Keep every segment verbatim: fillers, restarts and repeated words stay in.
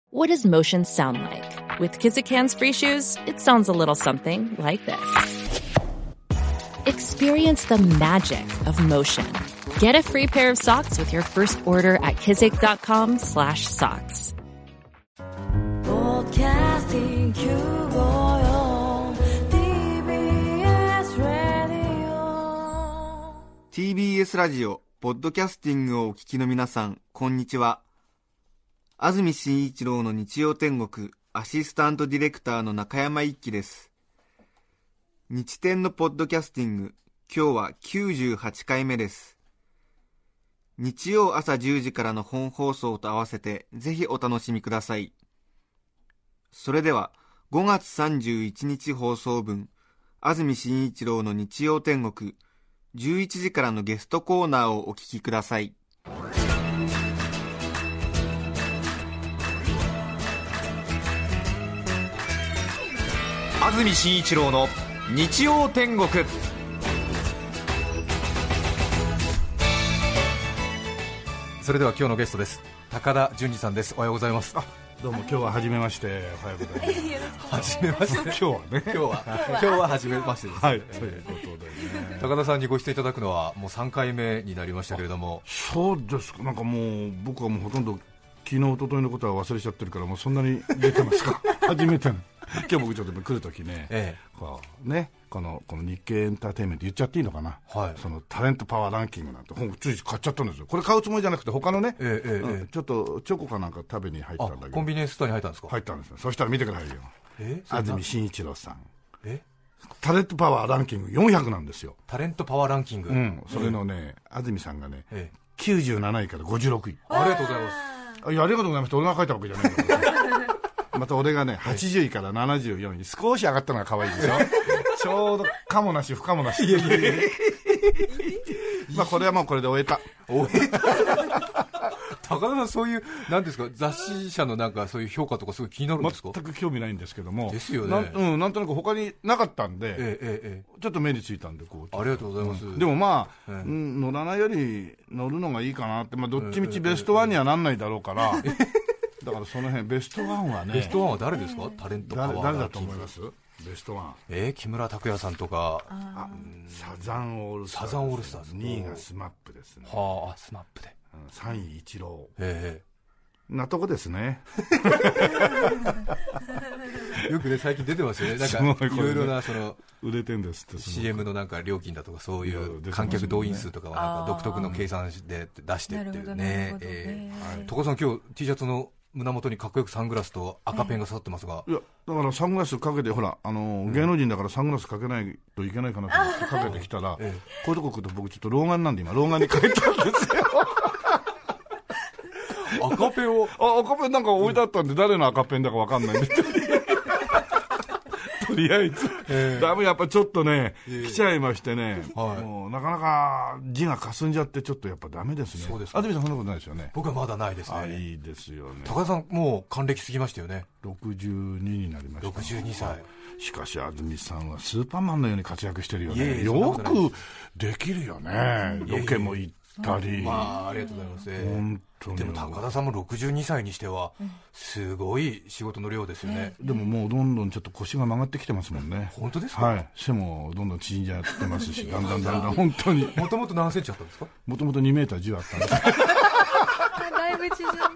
What does motion sound like? With Kizikans free shoes, it sounds a little something like this. Experience the magic of motion. Get a free pair of socks with your first order at kizik.com slash socks. ティービーエス ラジオポッドキャスティングをお聞きの皆さん、こんにちは。安住紳一郎の日曜天国アシスタントディレクターの中山一輝です。日天のポッドキャスティング、今日はきゅうじゅうはちかいめです。日曜朝じゅうじからの本放送と合わせてぜひお楽しみください。それではごがつさんじゅういちにち放送分、安住紳一郎の日曜天国じゅういちじからのゲストコーナーをお聞きください。 安住紳一郎の日曜天国。それでは今日のゲストです。高田純次さんです。おはようございます。 あ、どうも今日は初めまして。おはようございます。 初めまして。 今日はね。 今日は今日は初めましてです、ね。 はい。ということでね。 高田さんにご出演いただくのはもうさんかいめになりましたけれども。 そうですか。なんかもう僕はもうほとんど昨日一昨日のことは忘れちゃってるからもうそんなに出てますか。初めての。今日僕ちょっと来るときね、ええ、こうね、このこの日経エンターテインメント言っちゃっていいのかな、はい、そのタレントパワーランキングなんて本つい買っちゃったんですよ。これ買うつもりじゃなくて他のね、ええうんええ、ちょっとチョコかなんか食べに入ったんだけど、 コンビニエンスストアに入ったんですか。 入ったんですよ。そしたら見てくださいよ、え安住紳一郎さん、 えタレントパワーランキングよんひゃくなんですよ。 タレントパワーランキング、うん、 それのね、ええ、安住さんがね、ええ、きゅうじゅうなないからごじゅうろくい。 ありがとうございます。 いや、ありがとうございます。俺が書いたわけじゃないんだからまた俺がねはちじゅういからななじゅうよんい、少し上がったのが可愛いでしょちょうどかもなし不可もなし。いやいやいやまあこれはもうこれで終えた終えた高田さん、そういうなんですか、雑誌社のなんかそういう評価とかすごい気になるんですか。 全く興味ないんですけども。 ですよね。 なん、うん、なんとなく他になかったんで、ええええ、ちょっと目についたんでこう。 ありがとうございます、 うん、でもまあ、ええうん、乗らないより乗るのがいいかなって、まあ、どっちみちベストワンにはなんないだろうから、ええだからその辺ベストワンはね。ベストワンは誰ですか。タレントパワーランキング。 誰だと思います。ベストワン。 えー、木村拓哉さんとか。 あ、サザンオールスターズ。 サザンオールスターズ。 にいがスマップですね。 はあ、スマップで。 うん、さんいイチロー。 ええー。なとこですね。 よくね最近出てますよね。なんかいろいろなその売れてんですって。 シーエム のなんか料金だとかそういう観客動員数とかはなんか独特の計算で出してっていうね。ええ。高田さん今日 T シャツの胸元にかっこよくサングラスと赤ペンが刺さってますが、 いやだからサングラスかけてほらあの、うん、芸能人だからサングラスかけないといけないかなと思ってかけてきたら、ええ、こういうとこ来ると僕ちょっと老眼なんで今老眼に変えたんですよ赤ペンをあ赤ペンなんか置いてあったんで、うん、誰の赤ペンだかわかんないんでとりあえず、えー、ダメやっぱちょっとね、えー、来ちゃいましてね、はい、もうなかなか字がかすんじゃってちょっとやっぱダメですね。 そうですか。 安住さんそんなことないですよね。 僕はまだないですね。 あいいですよね。 高田さんもう還暦過ぎましたよね。 ろくじゅうにになりました。 ろくじゅうにさい。 しかし安住さんはスーパーマンのように活躍してるよね。いえいえよくできるよね。ロケも行ったり、 まあありがとうございます。 本当に。 でも高田さんもろくじゅうにさいにしてはすごい仕事の量ですよね、 うん、でももうどんどんちょっと腰が曲がってきてますもんね。 本当ですか。 はい、背もどんどん縮んじゃってますしだんだんだんだん本当に。 もともと何センチあったんですか。 もともとにメーターじゅうあったんですだいぶ縮んだ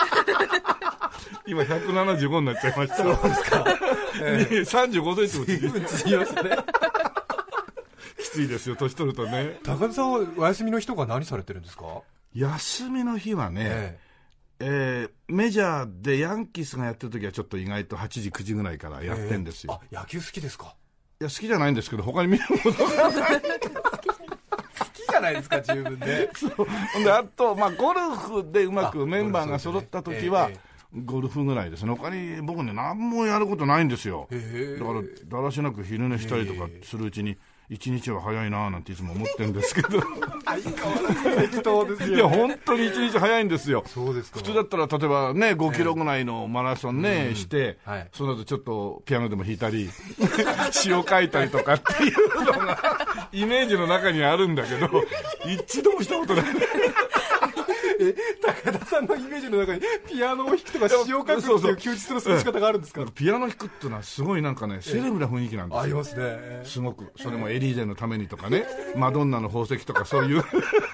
今ひゃくななじゅうごになっちゃいました。 そうですか、 えー、さんじゅうごセンチも縮みましたねきついですよ年取るとね。 高田さんはお休みの日とか何されてるんですか。 休みの日はね、えええー、メジャーでヤンキースがやってる時はちょっと意外とはちじくじぐらいからやってんですよ、 えー、あ野球好きですか。 いや好きじゃないんですけど他に見るものがない好きじゃないですか十分でそうであと、まあ、ゴルフでうまくメンバーが揃った時はゴルフぐらいですね。他に僕ね何もやることないんですよ。だからだらしなく昼寝したりとかするうちに一日は早いななんていつも思ってるんですけど相変わらず適当ですよね。 いや本当に一日早いんですよ。 そうですか。 普通だったら例えばねごキロぐらいのマラソンね、えー、して、はい、その後ちょっとピアノでも弾いたり詩を書いたりとかっていうのがイメージの中にあるんだけど一度もしたことないえ、高田さんのイメージの中にピアノを弾くとか詩を書くっていう休日の過ごし方があるんですか？ ピアノ弾くっていうのはすごいなんかね、セレブな雰囲気なんですよ。 ありますね。 すごく。それもエリーゼのためにとかね、マドンナの宝石とかそういう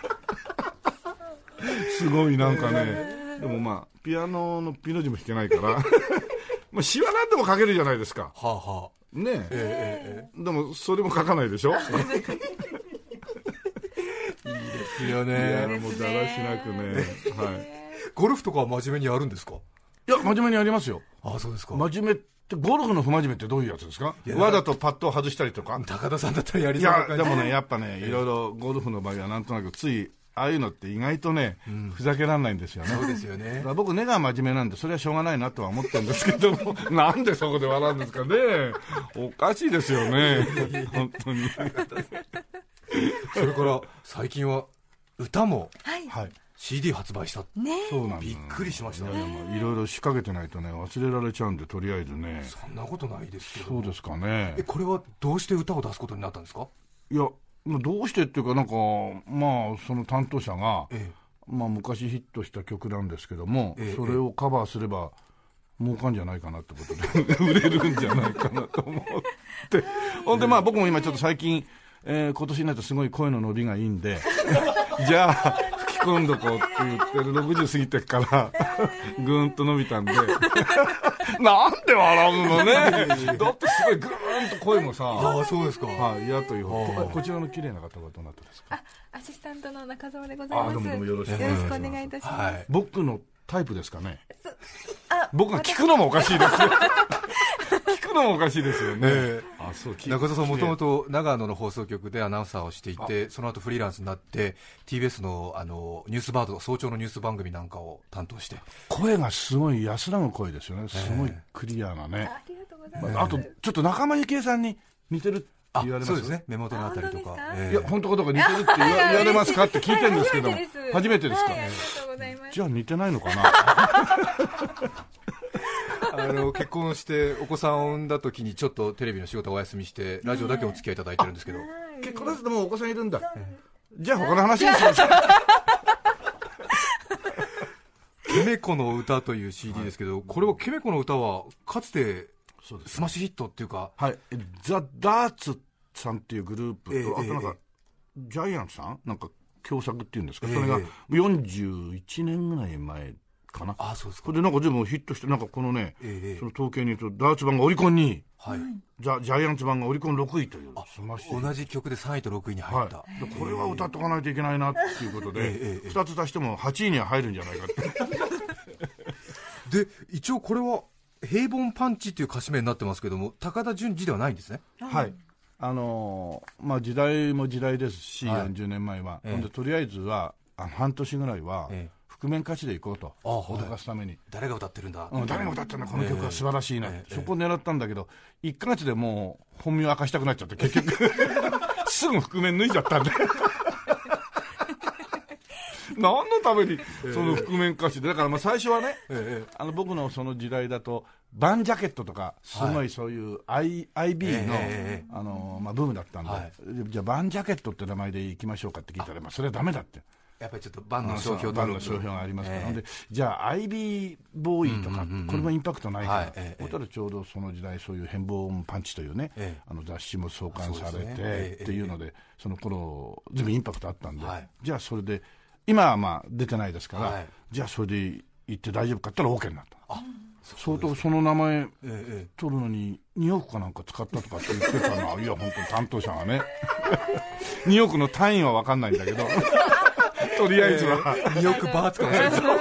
すごいなんかね、でもまあピアノのピの字も弾けないからまあ詩は何でも書けるじゃないですか。 はあはあ、 ねえ、 ええでもそれも書かないでしょいいですよね。 もうだらしなくね、はい。 ゴルフとかは真面目にやるんですか？ いや真面目にやりますよ。 ああ、そうですか。 真面目ってゴルフの不真面目ってどういうやつですか？わざとパットを外したりとか。 高田さんだったらやりいそうな感じ。 やでもね、やっぱね、いろいろゴルフの場合はなんとなくついああいうのって意外とね、うん、ふざけらんないんですよね。 そうですよね。 僕根が真面目なんでそれはしょうがないなとは思ってるんですけどもなんでそこで笑うんですかね。おかしいですよね本当にそれから最近は歌も、 はい、 シーディー 発売した、 ね、 そうなんだ。 びっくりしましたね。 いろいろ仕掛けてないとね忘れられちゃうんで、とりあえずね。 そんなことないですけど。 そうですかね。 え、これはどうして歌を出すことになったんですか？ いやどうしてっていうか、なんかまあその担当者が、ええ、まあ昔ヒットした曲なんですけども、ええ、それをカバーすれば儲かんじゃないかなってことで売れるんじゃないかなと思ってほんでまあ僕も今ちょっと最近、えー、今年になるとすごい声の伸びがいいんでじゃあ吹き込んどこうって言ってるろくじゅう過ぎてからぐーんと伸びたんでなんで笑うのねだってすごいぐーんと声もさああ、そうですか。 はい、嫌というこ, こちらの綺麗な方はどなたですか？ あ、アシスタントの中澤でございます。 あ、どうもどうもよろしくお願いします。 よろしくお願いいたします、はい、 僕のタイプですかね。 あ、 僕が聞くのもおかしいですよ聞くのもおかしいですよね、えー、あ、そう。 中澤さんもともと長野の放送局でアナウンサーをしていて、その後フリーランスになって ティービーエス の, あのニュースバード、早朝のニュース番組なんかを担当して、 声がすごい安らぐ声ですよね。すごいクリアなね、 えー、ありがとうございます、 まあ、あとちょっと仲間由紀恵さんに似てるって言われます。 そうですね、目元のあたりとか、 えー、いや本当かどうか似てるって言 わ, 言われますかって聞いてるんですけども初めてですか、はい、 ありがとうございます。 じゃあ似てないのかなあの結婚してお子さんを産んだ時にちょっとテレビの仕事をお休みしてラジオだけお付き合いいただいてるんですけど、 結婚してもうお子さんいるんだ。じゃあ他の話にしますケメコの歌という シーディー ですけど、はい、これはケメコの歌はかつてスマッシュヒットっていうか、 はい、ザ・ダーツさんっていうグループと、 えー、 あとなんか、えー、ジャイアンツさんなんか共作っていうんですか、 えー、 それがよんじゅういちねんぐらい前かな。 あ、そうですか。 これでなんか全部ヒットして、なんかこのね、 えー、 その統計に言うとダーツ版がオリコンにい、 はい、 ジャ、ジャイアンツ版がオリコンろくいというスマッシュ。 同じ曲でさんいとろくいに入った、はい、でこれは歌っとかないといけないなっていうことで、えー、ふたつ足してもはちいには入るんじゃないかってで一応これは平凡パンチっていう歌詞名になってますけども、高田純次ではないんですね。 はい、あのーまあ、時代も時代ですし、はい、よんじゅうねんまえは、ええ、でとりあえずはあの半年ぐらいは、ええ、覆面歌手でいこうと脅かすために、 誰が歌ってるんだ、 うん、誰が歌ってるんだこの曲は素晴らしいな、ええ、そこを狙ったんだけどいっかげつでもう本名明かしたくなっちゃって結局すぐ覆面脱いじゃったんで何のためにその覆面歌手で、だからまあ最初はね、ええ、あの僕のその時代だとバンジャケットとかすごいそういう アイビー の、ええ、あのまあブームだったんで、はい、じゃあバンジャケットって名前でいきましょうかって聞いたら、まあそれはダメだって、 やっぱりちょっとバンの商標バンの商標がありますから、ええ、でじゃあ アイビー ボーイとか、うんうんうん、これもインパクトないから、はい、ええ、ただちょうどその時代そういう変貌パンチというね、ええ、あの雑誌も創刊されて、ね、っていうので、その頃全部インパクトあったんで、はい、じゃあそれで今はまあ出てないですから、はい、じゃあそれで行って大丈夫かって言ったら OK になった。あ、相当その名前取るのににおくかなんか使ったとかって言ってたのは、いや本当に担当者がねにおくの単位は分かんないんだけどとりあえずは、えー、 におくバーツかもしれない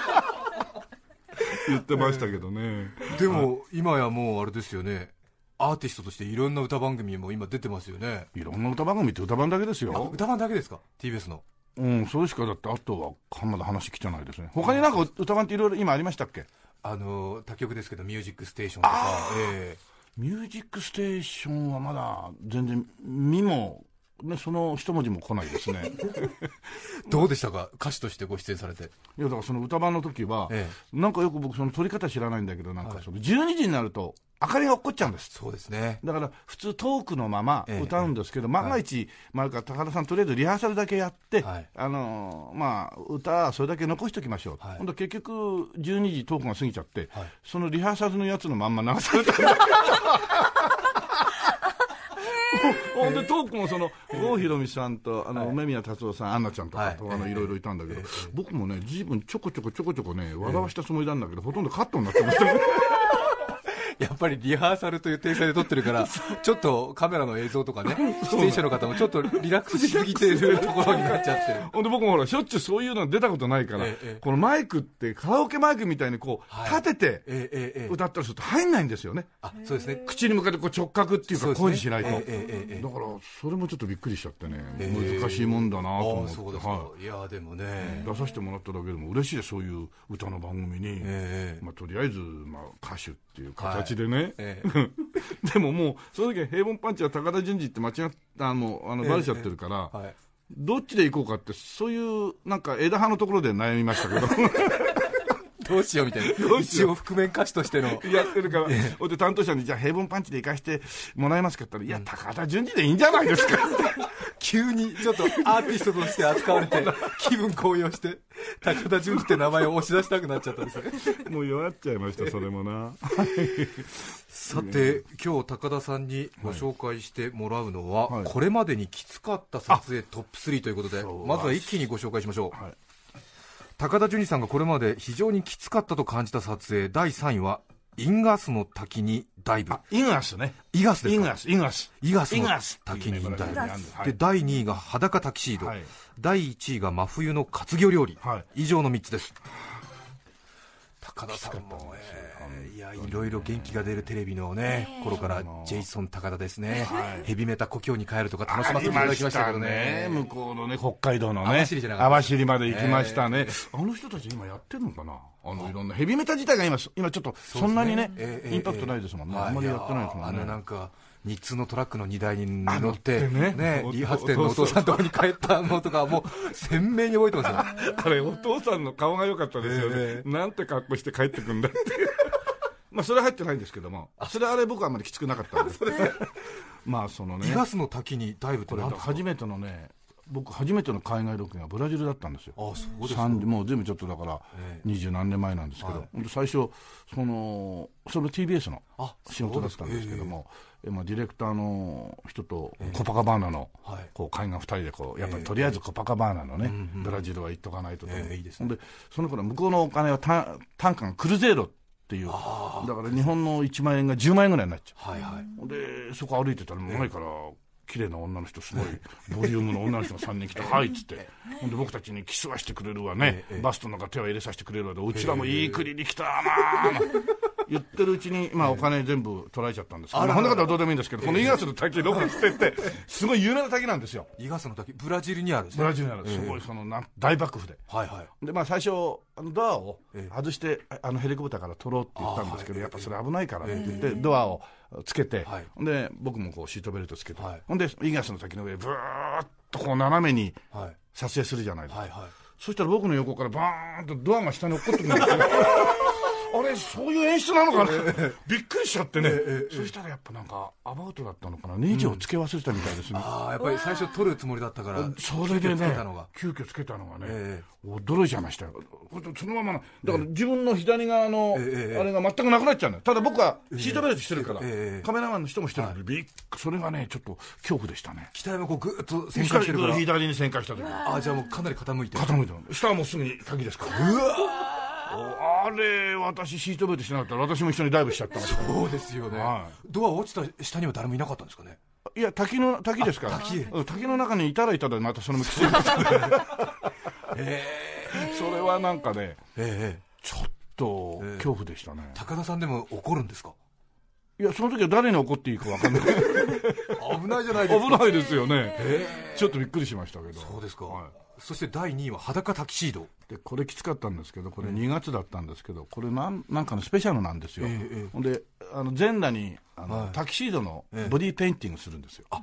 言ってましたけどね、 えー、でも今やもうあれですよね、アーティストとしていろんな歌番組も今出てますよね。 いろんな歌番組って歌番だけですよ。 歌番だけですか ティービーエス の。 うん、それしかだってあとはまだ話来てないですね。他になんか歌番っていろいろ今ありましたっけ？ あの他局ですけどミュージックステーションとか、えー、ミュージックステーションはまだ全然見もね、その一文字も来ないですねどうでしたか、歌手としてご出演されて。いやだからその歌番の時は、ええ、なんかよく僕その撮り方知らないんだけど、なんかそのじゅうにじになると明かりが落っこっちゃうんです。 そうですね。 だから普通トークのまま歌うんですけど、ええ、万が一、はい、まあ、高田さんとりあえずリハーサルだけやって、はい、あのー、まあ歌はそれだけ残しておきましょう、はい、今度結局じゅうにじトークが過ぎちゃって、はい、そのリハーサルのやつのまんま流されたほんでトークもその郷ひろみさんとあの梅宮達夫さん、アンナちゃんとかとあのいろいろいたんだけど、僕もね随分ちょこちょこちょこちょこね笑わしたつもりなんだけど、ほとんどカットになってましたねやっぱりリハーサルという体裁で撮ってるからちょっとカメラの映像とかね、出演者の方もちょっとリラックスしすぎているところになっちゃってるほんで僕もほらしょっちゅうそういうの出たことないから、ええ、このマイクってカラオケマイクみたいにこう、はい、立てて歌ったりすると入んないんですよね。 あ、そうですね。 口に向かってこう直角っていうか声にしないと、 ねえええ、 だからそれもちょっとびっくりしちゃってね、え、難しいもんだなと思って、 そうですか、はい、いやでもね出させてもらっただけでも嬉しいです。そういう歌の番組に、えまあ、とりあえず、まあ、歌手っていう形でね、はい、ええでももうその時は平凡パンチは高田純次って間違ったもうあのバレちゃってるから、ええはい、どっちで行こうかってそういうなんか枝葉のところで悩みましたけどどうしようみたいな一応覆面歌手としてのやってるから、ええ、で担当者にじゃあ平凡パンチで行かしてもらえますかって言ったら、うん、いや高田純次でいいんじゃないですか急にちょっとアーティストとして扱われて気分高揚して高田純次って名前を押し出したくなっちゃったんですよもう弱っちゃいましたそれもなさて今日高田さんにご紹介してもらうのは、はい、これまでにきつかった撮影トップスリーということで、まずは一気にご紹介しましょう、はい、高田純次さんがこれまで非常にきつかったと感じた撮影だいさんいはインガスの滝にダイブ。 インガスね。 イガスですか。 インガス、インガス。 イガスの滝にダイブ。で、だいにいが裸タキシード、はい、だいいちいが真冬の活魚料理、はい、以上のみっつです。高田さんも、えー、いやいろいろ元気が出るテレビのね、えー、頃からジェイソン高田ですね、はい、ヘビメタ故郷に帰るとか楽しませていただきましたけど ね, ね向こうのね北海道のね網走まで行きましたね、えー、あの人たち今やってるのかな、あのいろんなヘビメタ自体が 今, 今ちょっとそんなに ね, ね、えー、インパクトないですもんね、えー、あんまりやってないですもんね。 あのなんか日通のトラックの荷台に乗ってね、ね、理髪店のお父さんのところに帰ったのとかもう鮮明に覚えてますよあれお父さんの顔が良かったですよね、えー、なんて格好して帰ってくんだってまあそれは入ってないんですけども、それあれ僕はあんまりきつくなかったんですそうですねまあそのねイガスの滝にダイブって何ですか。初めてのね僕初めての海外ロケがブラジルだったんですよ。 ああそうですか。 もう全部ちょっとだから二十何年前なんですけど、はい、最初そのそれ ティービーエス の仕事だったんですけども、えーまあ、ディレクターの人とコパカバーナのこう海岸ふたりでこうやっぱりとりあえずコパカバーナのね、えー、ブラジルは行っとかないとと、えー、いいですね。でその頃向こうのお金は単価がクルゼーロっていうだから日本のいちまんえんがじゅうまんえんぐらいになっちゃう、はいはい、でそこ歩いてたら前から綺麗な女の人すごいボリュームの女の人がさんにん来てはいっつってほんで僕たちにキスはしてくれるわね、バストなんか手は入れさせてくれるわでうちらもいい国に来たな言ってるうちに、まあ、お金全部取られちゃったんですけど、まあ、こんなことはどうでもいいんですけど、このイガスの滝ロケしてってすごい有名な滝なんですよ。 イガスの滝ブラジルにあるんですね。 ブラジルにある、すごいそのなん大幕府で、はいはい、でまあ最初あのドアを外して、あのヘリコプターから撮ろうって言ったんですけど、やっぱそれ危ないからって言ってドアをつけて、はい、で僕もこうシートベルトつけて、はい、ほんでイガスの滝の上ブーッとこう斜めに撮影するじゃないですか、はいはいはい、そしたら僕の横からバーンとドアが下に落っこってくるんですよあれそういう演出なのかな、えー、びっくりしちゃってね、えーえー、そしたらやっぱなんかアバウトだったのかな、ネジをつけ忘れたみたいですね、 うん、ああやっぱり最初撮るつもりだったからそれでね急遽つけたのがね、えー、驚いちゃいましたよ。そのままなだから自分の左側のあれが全くなくなっちゃうのよ。ただ僕はシートベルトしてるから、えー、カメラマンの人もしてるんで、はい、それがねちょっと恐怖でしたね。 機体もこうグーッと旋回してるから左に旋回した時ああじゃあもうかなり傾いて傾いてる。下はもうすぐに滝ですからうわあれ私シートベルトしてなかったら私も一緒にダイブしちゃったんですよ。 そうですよね、はい、ドア落ちた下には誰もいなかったんですかね。 いや滝の滝ですから 滝, 滝の中にいたらいたらまたそれもきついんですえー、それはなんかね、えー、ちょっと恐怖でしたね、 えー、高田さんでも怒るんですか。 いやその時は誰に怒っていいか分かんない危ないじゃないですか。 危ないですよね、えー、ちょっとびっくりしましたけど。 そうですか、はい。そしてだいにいは裸タキシードでこれきつかったんですけど、これにがつだったんですけど、これなん、なんかのスペシャルなんですよ、えーえー、であの全裸にあの、はい、タキシードのボディーペインティングするんですよ、えー、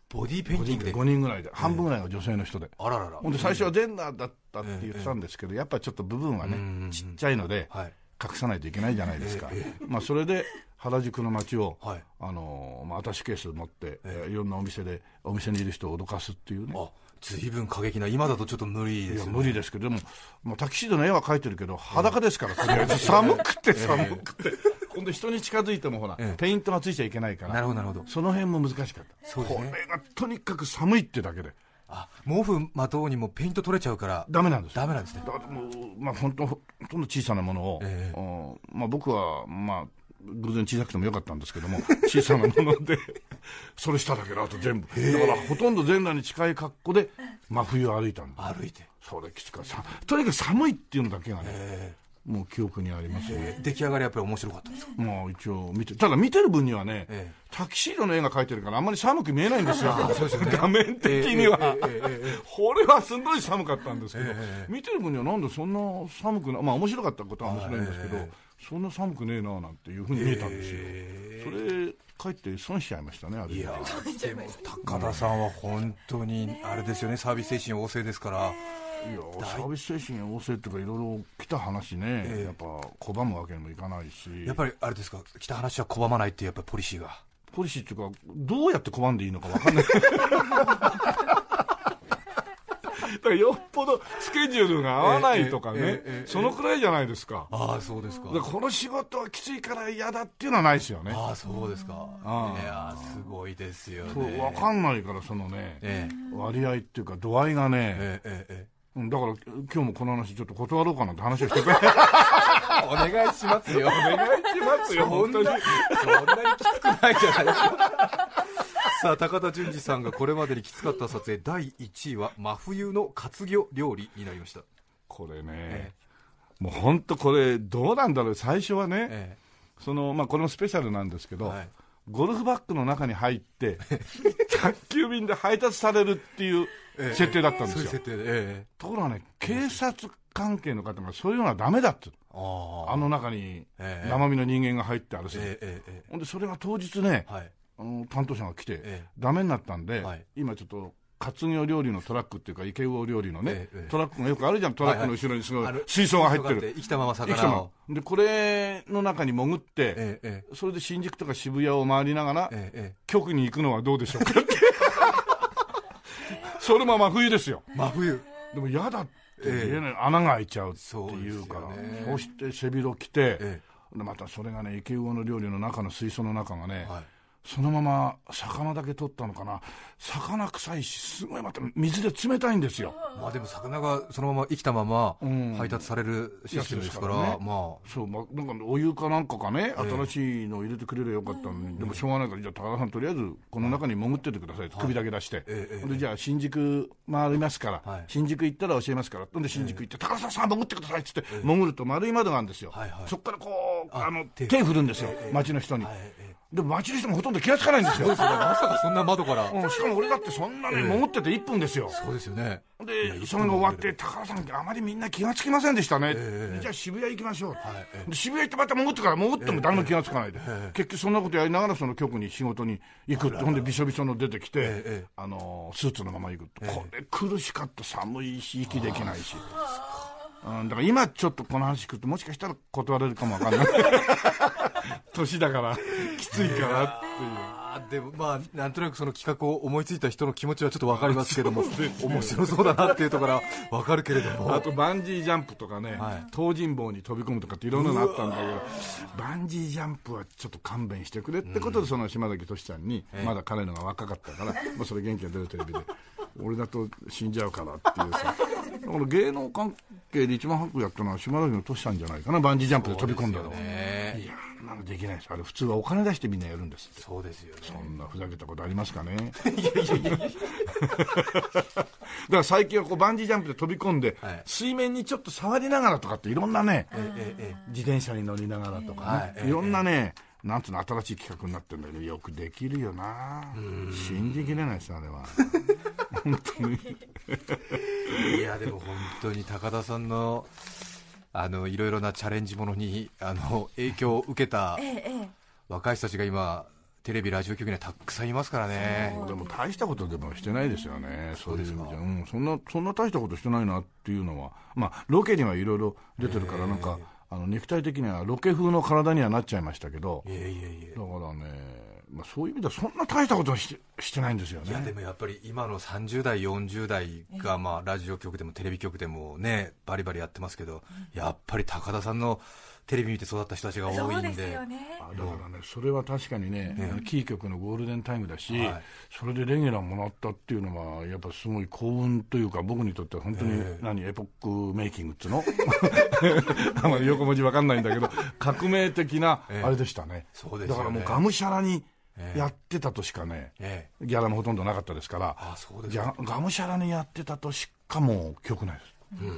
ボディーペインティングでごにんぐらいで、半分ぐらいが女性の人で、 あららら、 ほんで最初は全裸だったって言ってたんですけど、やっぱりちょっと部分はねちっちゃいので隠さないといけないじゃないですか。まあそれで原宿の街を、はい、あのまあ、アタッシュケース持って、えー、いろんなお店でお店にいる人を脅かすっていうね。 あ、随分過激な、今だとちょっと無理ですよね。 いや無理ですけど、でも、まあ、タキシードの絵は描いてるけど裸ですから、とりあえず寒くて寒くて、ほんで人に近づいてもほら、ええ、ペイントがついちゃいけないから、 なるほどなるほど、 その辺も難しかった。そうですね、これがとにかく寒いってだけで、 あ、毛布まとうにもペイント取れちゃうからダメなんです。 ダメなんですね。 だからもう、まあ、ほんとほとんど小さなものを、ええ、まあ、僕はまあ偶然小さくてもよかったんですけども、小さなものでそれしただけだと全部だからほとんど全裸に近い格好で真冬を歩いたんです。 歩いて、それきつかった。とにかく寒いっていうのだけがね、もう記憶にありますね。 出来上がりやっぱり面白かったんですか。 もう一応見て、ただ見てる分にはね、ええ、タキシードの絵が描いてるからあんまり寒く見えないんですよ。そうですね、画面的には、ええええ、これはすんごい寒かったんですけど、え、見てる分にはなんでそんな寒くな、まあ面白かったことは面白いんですけど、え、そんな寒くねえななんていうふうに見えたんですよ。それかえって損しちゃいましたね、あれ。いやでも高田さんは本当にあれですよね、サービス精神旺盛ですから。 いやサービス精神旺盛っていうか、いろいろ来た話ね、えー、やっぱ拒むわけにもいかないし、 やっぱりあれですか、来た話は拒まないっていうやっぱりポリシーがポリシーっていうか、どうやって拒んでいいのか分かんないだからよっぽどスケジュールが合わないとかね、えーえーえー、そのくらいじゃないですか。 ああ、そうですか。 だからこの仕事はきついから嫌だっていうのはないですよね。 ああ、そうですか。あいやすごいですよね。 そう分かんないから、そのね、えー、割合っていうか度合いがね、えーえーえーだから今日もこの話ちょっと断ろうかなって話をしてくれお願いしますよ。 お願いしますよ。 本当にそんなにきつくないじゃないですか。さあ、高田純次さんがこれまでにきつかった撮影だいいちいは真冬の活魚料理になりました。 これね、ええ、もう本当これどうなんだろう。最初はね、ええ、そのまあこれもスペシャルなんですけど、はい、ゴルフバッグの中に入って宅急便で配達されるっていう設定だったんですよ。 そういう設定で、ええ、 ところがね、警察関係の方がそういうのはダメだって、あ, あの中に生身の人間が入ってあるせいで、ええええ、ほんでそれが当日ね、はい、あの担当者が来て、ええ、ダメになったんで、はい、今ちょっと活魚料理のトラックっていうか池魚料理のね、ええ、トラックがよくあるじゃん。トラックの後ろにすごい水槽が入ってる、 生きたまま魚をで、これの中に潜って、ええ、それで新宿とか渋谷を回りながら、ええ、局に行くのはどうでしょうかってそれも真冬ですよ。 真冬でも嫌だって言えない、ええ、穴が開いちゃうっていうから、 そうですよね。そして背広着て、ええ、でまたそれがね、池魚の料理の中の水槽の中がね、はい、そのまま魚だけ取ったのかな、魚臭いし、すごいまた水で冷たいんですよ。 まあでも魚がそのまま生きたまま配達されるシステムですから、うん、からね、まあそう、まあ、なんかお湯かなんかかね、えー、新しいのを入れてくれればよかったのに、うん、でもしょうがないから、じゃあ高田さんとりあえずこの中に潜っててくださいと、はい、首だけ出して、えー、でじゃあ新宿回りますから、はい、新宿行ったら教えますから、で新宿行って、えー、高田さん潜ってくださいっつって、えー、潜ると丸い窓があるんですよ、はいはい、そこからこうあの手振るんですよ、えー、街の人に、はい、でも街の人もほとんど気がつかないんですよ。 そうですよね、まさかそんな窓から、 うん、しかも俺だってそんなに潜ってていっぷんですよ、 えー、そうですよね。 でそれが終わって、高田さんあまりみんな気がつきませんでしたね、えー、じゃあ渋谷行きましょう、はいえー、で渋谷行ってまた潜ってから潜っても誰も気がつかないで、えー、結局そんなことやりながらその局に仕事に行くって、ほんでびしょびしょの出てきて、えー、あのスーツのまま行くって、えー、これ苦しかった。寒いし息できないし、うん、だから今ちょっとこの話聞くともしかしたら断れるかもわかんない年だからきついからっていう、 でもまあなんとなくその企画を思いついた人の気持ちはちょっと分かりますけども、面白そうだなっていうところは分かるけれども、 あとバンジージャンプとかね、はい、東尋坊に飛び込むとかっていろんなのあったんだけど、バンジージャンプはちょっと勘弁してくれってことで、その島崎俊ちゃんに、まだ彼のが若かったから、まあ、それ元気が出るテレビで俺だと死んじゃうからっていうさ、だから芸能関係で一番早くやったのは島崎の俊さんじゃないかな、バンジージャンプで飛び込んだの。いやなのできないです。あれ普通はお金出してみんなやるんですって。 そうですよね。 そんなふざけたことありますかねいやいやいやだから最近はこうバンジージャンプで飛び込んで、はい、水面にちょっと触りながらとかっていろんなね、えええ、自転車に乗りながらとかね、はい、いろんなね、なんつうの新しい企画になってるんだけど、よくできるよな。信じきれないですあれは本当にいやでも本当に高田さんのあのいろいろなチャレンジものにあの影響を受けた若い人たちが今テレビラジオ局にはたくさんいますからね。 でも大したことでもしてないですよね。そういう意味じゃ、うん、そんなそんな大したことしてないなっていうのは、まあロケにはいろいろ出てるから、なんかあの肉体的にはロケ風の体にはなっちゃいましたけど、いやいやいや、だからね、まあ、そういう意味ではそんな大したことは し, してないんですよね。 いやでもやっぱり今のさんじゅう代よんじゅう代が、まあ、ラジオ局でもテレビ局でもねバリバリやってますけど、やっぱり高田さんのテレビ見て育った人たちが多いんで。 そうですよね。 あだからね、それは確かにね、ね、キー局のゴールデンタイムだし、はい、それでレギュラーもらったっていうのはやっぱすごい幸運というか、僕にとっては本当に、何エポックメイキングっていうのあまり横文字わかんないんだけど、革命的なあれでしたね。そうですよね。だからもうがむしゃらにやってたとしかね、ええ、ギャラもほとんどなかったですから、ああそうですか、がむしゃらにやってたとしかもう曲ないです。うん、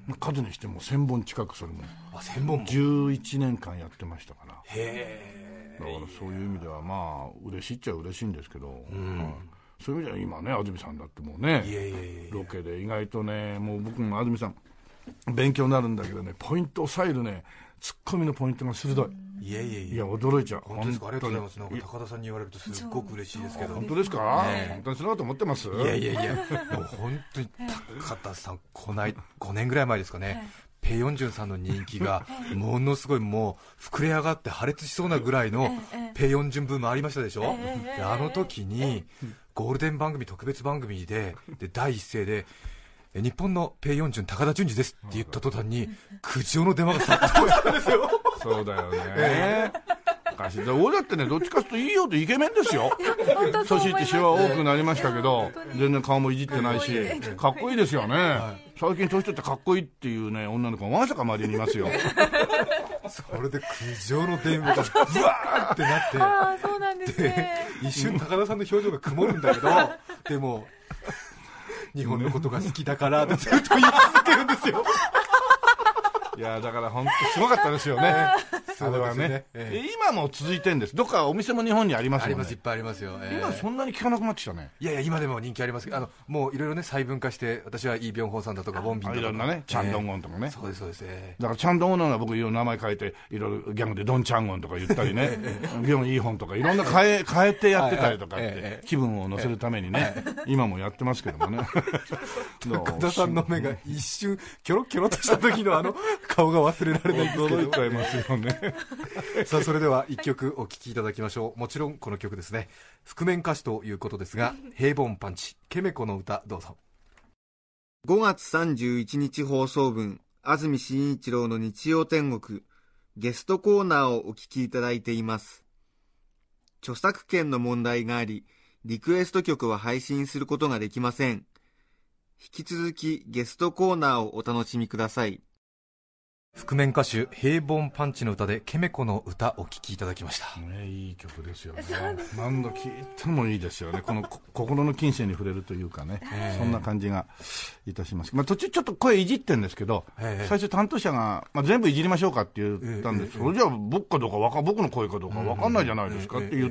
数にしてもせんぼん近く、それもあせんぼんもじゅういちねんかんやってましたから。へえ。だからそういう意味ではまあ嬉しいっちゃ嬉しいんですけど、うん、まあ、そういう意味では今ね、安住さんだってもうね、いやいやいやロケで意外とね、もう僕も安住さん勉強になるんだけどね、ポイントを抑えるね、ツッコミのポイントが鋭い。いやいやいや、いや驚いちゃう。 本当ですか、ありがとうございます。なんか高田さんに言われるとすっごく嬉しいですけど。 本当ですか、ね、本当にそんなこと思ってます。 いやいやいや、もう本当に高田さん、こないごねんぐらい前ですかね、はい、ペヨンジュンさんの人気がものすごいもう膨れ上がって破裂しそうなぐらいのペヨンジュンブームありましたでしょ。であの時にゴールデン番組特別番組 で, で第一声で日本のペイヨンジュン高田純次ですって言った途端に苦情の電話が殺到したんですよ。 そうだよね、えー、俺だってね、どっちかというといいよとイケメンですよ。年いってシワ多くなりましたけど、全然顔もいじってないし、かっこいいですよね、はい、最近年取ってかっこいいっていうね女の子がまさか周りにいますよ。 それで苦情の電話がブワーってなって、 あ、そうなんですね。 一瞬高田さんの表情が曇るんだけど、でも日本のことが好きだからってずっと言い続けるんですよ。 いやだから本当すごかったですよね。それはね、ええ、今も続いてるんです。どっかお店も日本にありますよね。 あります、いっぱいありますよ、えー、 今そんなに聞かなくなってきたね。 いやいや、今でも人気ありますけど、あのもういろいろね細分化して、私はイ・ビョンホさんだとかウォンビンだとか、いろんなね、チャンドンゴンとかね、 えー、そうですそうです、えー、 だからチャンドンゴンの方が僕いろいろ名前変えて、いろいろギャングでドンチャンゴンとか言ったりね、ビョンイーホンとかいろんな変え変えてやってたりとかって、えー、気分を乗せるためにね、えー、今もやってますけどもね。 高田さんの目が一瞬キョロキョロとした時のあの顔が忘れられないんですけど。 驚いちゃいますよね。 さあそれではいっきょくお聴きいただきましょう。もちろんこの曲ですね、覆面歌手ということですが、平凡パンチケメコの歌、どうぞ。 ごがつさんじゅういちにち放送分、安住紳一郎の日曜天国、ゲストコーナーをお聴きいただいています。著作権の問題があり、リクエスト曲は配信することができません。引き続きゲストコーナーをお楽しみください。 覆面歌手平凡パンチの歌でケメコの歌お聴きいただきました、 ね、いい曲ですよね。何度聴いてもいいですよね。この心の金銭に触れるというかね、そんな感じがいたします。まあ、途中ちょっと声いじってるんですけど、最初担当者が、まあ、全部いじりましょうかって言ったんです。それじゃあ僕かどうかわか僕の声かどうか分かんないじゃないですかって言って、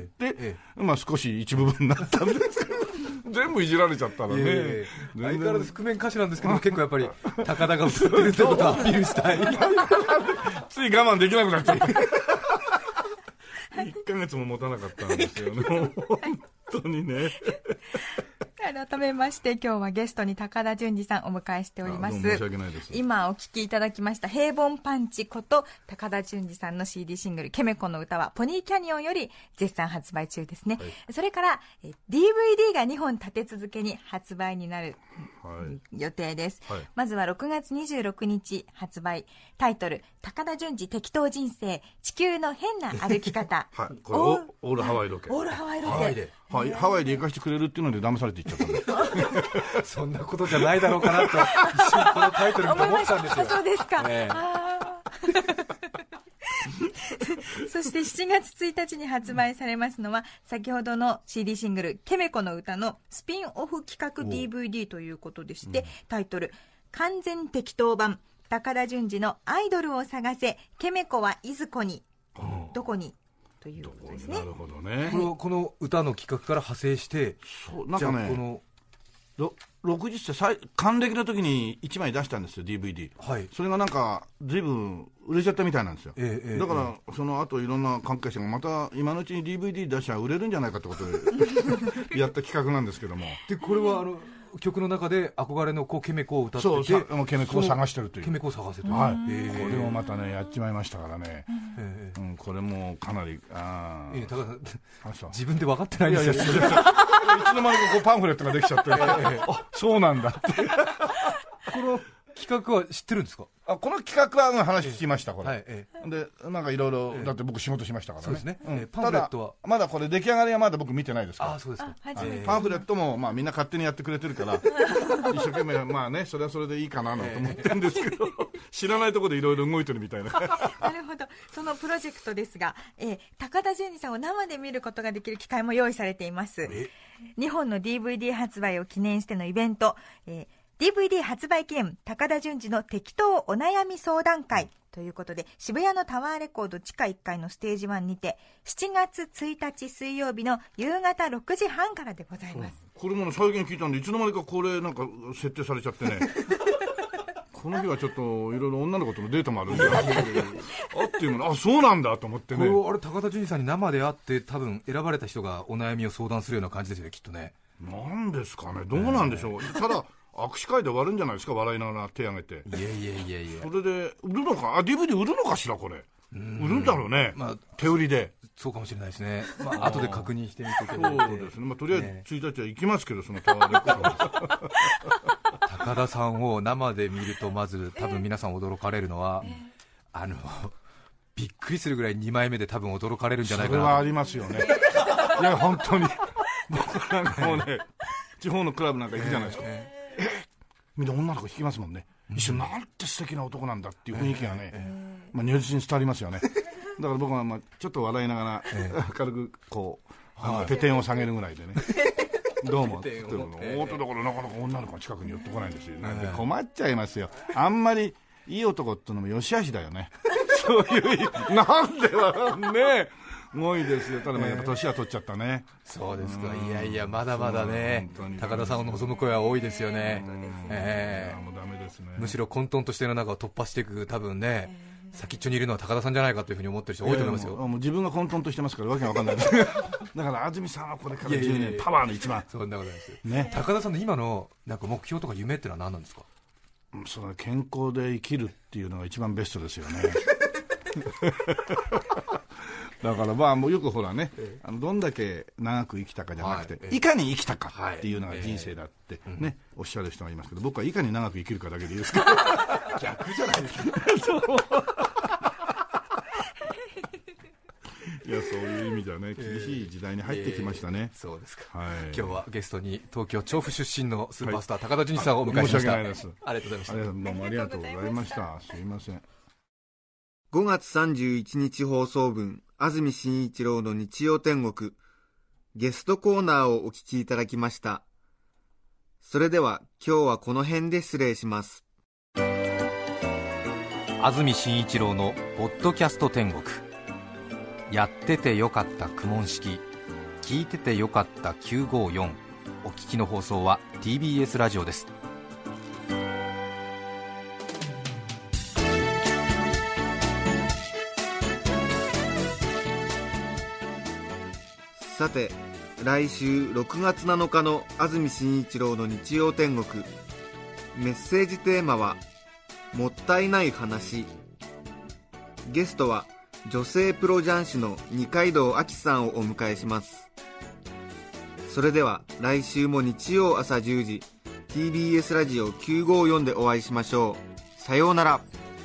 まあ、少し一部分になったんですけど全部いじられちゃったらね。 相変わらず覆面歌手なんですけど、結構やっぱり高田が映ってるってことをアピールしたい。 つい我慢できなくなっちゃったいっかげつも持たなかったんですよね。本当にね。 改めまして今日はゲストに高田純次さんお迎えしております。 申し訳ないです。 今お聴きいただきました平凡パンチこと高田純次さんの シーディー シングルケメコの歌はポニーキャニオンより絶賛発売中ですね、はい、それからえ ディーブイディー がにほん立て続けに発売になる、はい、予定です、はい、まずはろくがつにじゅうろくにち発売、タイトル高田純次適当人生地球の変な歩き方、 はい、これオールハワイロケ、 オールハワイロケ、 はい、ハワイで行かしてくれるっていうので騙されて行っちゃったんでそんなことじゃないだろうかなと一瞬このタイトルに思ったんですよ。 そうですか、 ね、 あそしてしちがつついたちに発売されますのは先ほどの シーディー シングルケメコの歌のスピンオフ企画 ディーブイディー ということでして、うん、タイトル完全適当版高田純次のアイドルを探せケメコはいずこに、どこにということですね。 なるほどね。 この、この歌の企画から派生して、 そうなんかね、 じゃあこのろくじゅっさい還暦の時にいちまい出したんですよ ディーブイディー、はい、それがなんか随分売れちゃったみたいなんですよ、ええ、だから、ええ、その後いろんな関係者がまた今のうちに ディーブイディー 出しちゃ売れるんじゃないかってことでやった企画なんですけどもでこれはあの曲の中で憧れのこうケメコを歌っててそうケメコを探してるというケメコを探せという、 はい、えー、これもまたねやっちまいましたからね、えーうん、これもかなりあ、 えー、高田さん自分で分かってないんですよ。いやいやいつの間にかこうパンフレットができちゃって、えー、あそうなんだってこの企画は知ってるんですか？ あこの企画は話聞きましたこれ、はいええ、でなんかいろいろだって僕仕事しましたからね、そうですね、うん、パンフレットはまだこれ出来上がりはまだ僕見てないですから。 あそうですか。 あパンフレットもまあみんな勝手にやってくれてるから一生懸命まあねそれはそれでいいかなと思ってるんですけど、知らないところでいろいろ動いてるみたいななるほど。そのプロジェクトですが、えー、高田純次さんを生で見ることができる機会も用意されています。にほんの ディーブイディー 発売を記念してのイベント、えーディーブイディー 発売記念高田純次の適当お悩み相談会ということで、渋谷のタワーレコード地下いっかいのステージワンにてしちがつついたち水曜日の夕方ろくじはんからでございます。 これも最近聞いたんでいつの間にかこれなんか設定されちゃってねこの日はちょっといろいろ女の子とのデートもあるんであっていうものあそうなんだと思ってね。 これあれ高田純次さんに生で会って多分選ばれた人がお悩みを相談するような感じですよねきっとね。 なんですかねどうなんでしょう、えー、ただ握手会で終わるんじゃないですか笑いながら手挙げて。いやいやいやいやそれで売るのかあ ディーブイディー 売るのかしらこれ。売るんだろうね、まあ、手売りで。 そうかもしれないですね、まあ後で確認してみてください。そうですね、まあ、とりあえずついたちは行きますけど、ね、そのタワーレコード高田さんを生で見るとまず多分皆さん驚かれるのは、えー、あのびっくりするぐらいにまいめで多分驚かれるんじゃないかな。 それはありますよねいや本当に僕なんかもうね地方のクラブなんか行くじゃないですか、えーえみんな女の子引きますもんね、うん、一緒になんて素敵な男なんだっていう雰囲気がね、えーまあ、如実に伝わりますよねだから僕はまあちょっと笑いながら、えー、軽くこう、はい、ペテンを下げるぐらいでねどうもって言っても、えー、おーとだからなかなか女の子が近くに寄ってこないんですよ、なんで困っちゃいますよ。あんまりいい男ってのも良し悪しだよねそういうなんではねすごいですよ。ただまあやっぱ年は取っちゃったね、 えー、そうですか。いやいやまだまだね高田さんを望む声は多いですよね、えー、もうダメですね。むしろ混沌としている中を突破していく多分ね、えー、先っちょにいるのは高田さんじゃないかというふうに思ってる人多いと思いますよ、えー、もうもう自分が混沌としてますからわけわかんないですだから安住さんはこれからじゅうねんパワーの一番。 そんなことないですよ、ね、高田さんの今のなんか目標とか夢ってのは何なんですか？ その健康で生きるっていうのが一番ベストですよねだからまあもうよくほらね、ええ、あのどんだけ長く生きたかじゃなくて、はい、いかに生きたかっていうのが人生だってね、はいええ、おっしゃる人がいますけど、僕はいかに長く生きるかだけでいいですから逆じゃないですかそういやそういう意味ではね厳しい時代に入ってきましたね、 えー、そうですか、 はい、 今日はゲストに東京調布出身のスーパースター、はい、高田純次さんをお迎えしました。申し訳ないです。ありがとうございました。 どうもありがとうございました。すいません。 ごがつさんじゅういちにち放送分安住紳一郎の日曜天国ゲストコーナーをお聞きいただきました。それでは今日はこの辺で失礼します。 安住紳一郎のポッドキャスト天国、やっててよかった苦問式、聞いててよかったきゅうごよん。お聞きの放送は ティービーエス ラジオです。 さて来週ろくがつなのかの安住紳一郎の日曜天国、メッセージテーマはもったいない話。ゲストは女性プロ雀士の二階堂亜希さんをお迎えします。それでは来週も日曜朝じゅうじ ティービーエス ラジオきゅうごよんでお会いしましょう。さようなら。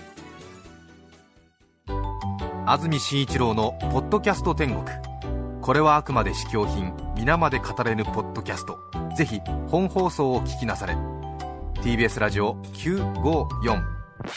安住紳一郎のポッドキャスト天国、これはあくまで試供品、皆まで語れぬポッドキャスト。ぜひ本放送を聞きなされ。 ティービーエス ラジオきゅうごよん。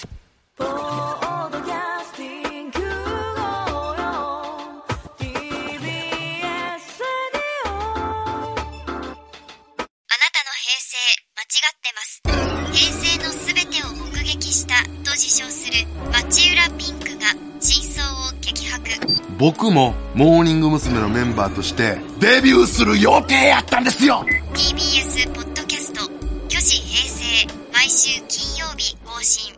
僕もモーニング娘。のメンバーとしてデビューする予定やったんですよ。 ティービーエス ポッドキャスト毎週金曜日更新。